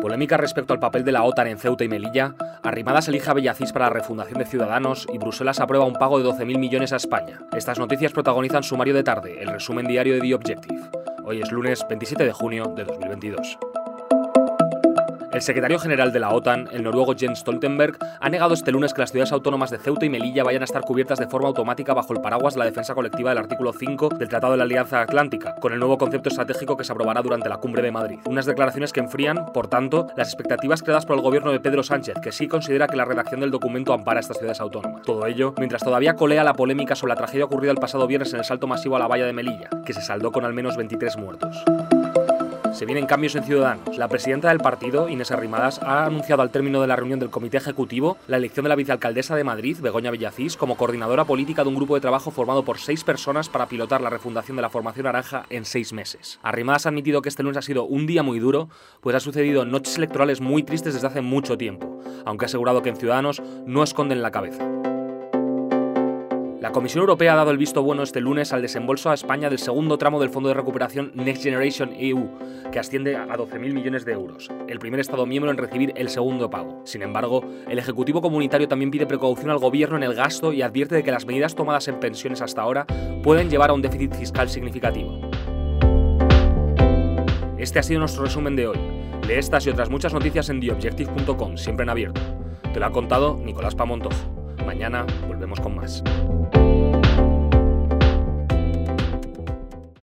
Polémica respecto al papel de la OTAN en Ceuta y Melilla, Arrimadas elige a Bellacís para la refundación de Ciudadanos y Bruselas aprueba un pago de 12.000 millones a España. Estas noticias protagonizan Sumario de Tarde, el resumen diario de The Objective. Hoy es lunes 27 de junio de 2022. El secretario general de la OTAN, el noruego Jens Stoltenberg, ha negado este lunes que las ciudades autónomas de Ceuta y Melilla vayan a estar cubiertas de forma automática bajo el paraguas de la defensa colectiva del artículo 5 del Tratado de la Alianza Atlántica, con el nuevo concepto estratégico que se aprobará durante la Cumbre de Madrid. Unas declaraciones que enfrían, por tanto, las expectativas creadas por el gobierno de Pedro Sánchez, que sí considera que la redacción del documento ampara a estas ciudades autónomas. Todo ello, mientras todavía colea la polémica sobre la tragedia ocurrida el pasado viernes en el salto masivo a la valla de Melilla, que se saldó con al menos 23 muertos. Se vienen cambios en Ciudadanos. La presidenta del partido, Inés Arrimadas, ha anunciado al término de la reunión del Comité Ejecutivo la elección de la vicealcaldesa de Madrid, Begoña Villacís, como coordinadora política de un grupo de trabajo formado por 6 personas para pilotar la refundación de la formación naranja en 6 meses. Arrimadas ha admitido que este lunes ha sido un día muy duro, pues ha sucedido noches electorales muy tristes desde hace mucho tiempo, aunque ha asegurado que en Ciudadanos no esconden la cabeza. La Comisión Europea ha dado el visto bueno este lunes al desembolso a España del segundo tramo del Fondo de Recuperación Next Generation EU, que asciende a 12.000 millones de euros, el primer Estado miembro en recibir el segundo pago. Sin embargo, el Ejecutivo Comunitario también pide precaución al Gobierno en el gasto y advierte de que las medidas tomadas en pensiones hasta ahora pueden llevar a un déficit fiscal significativo. Este ha sido nuestro resumen de hoy. Lee estas y otras muchas noticias en theobjective.com, siempre en abierto. Te lo ha contado Nicolás Pamontojo. Mañana volvemos con más.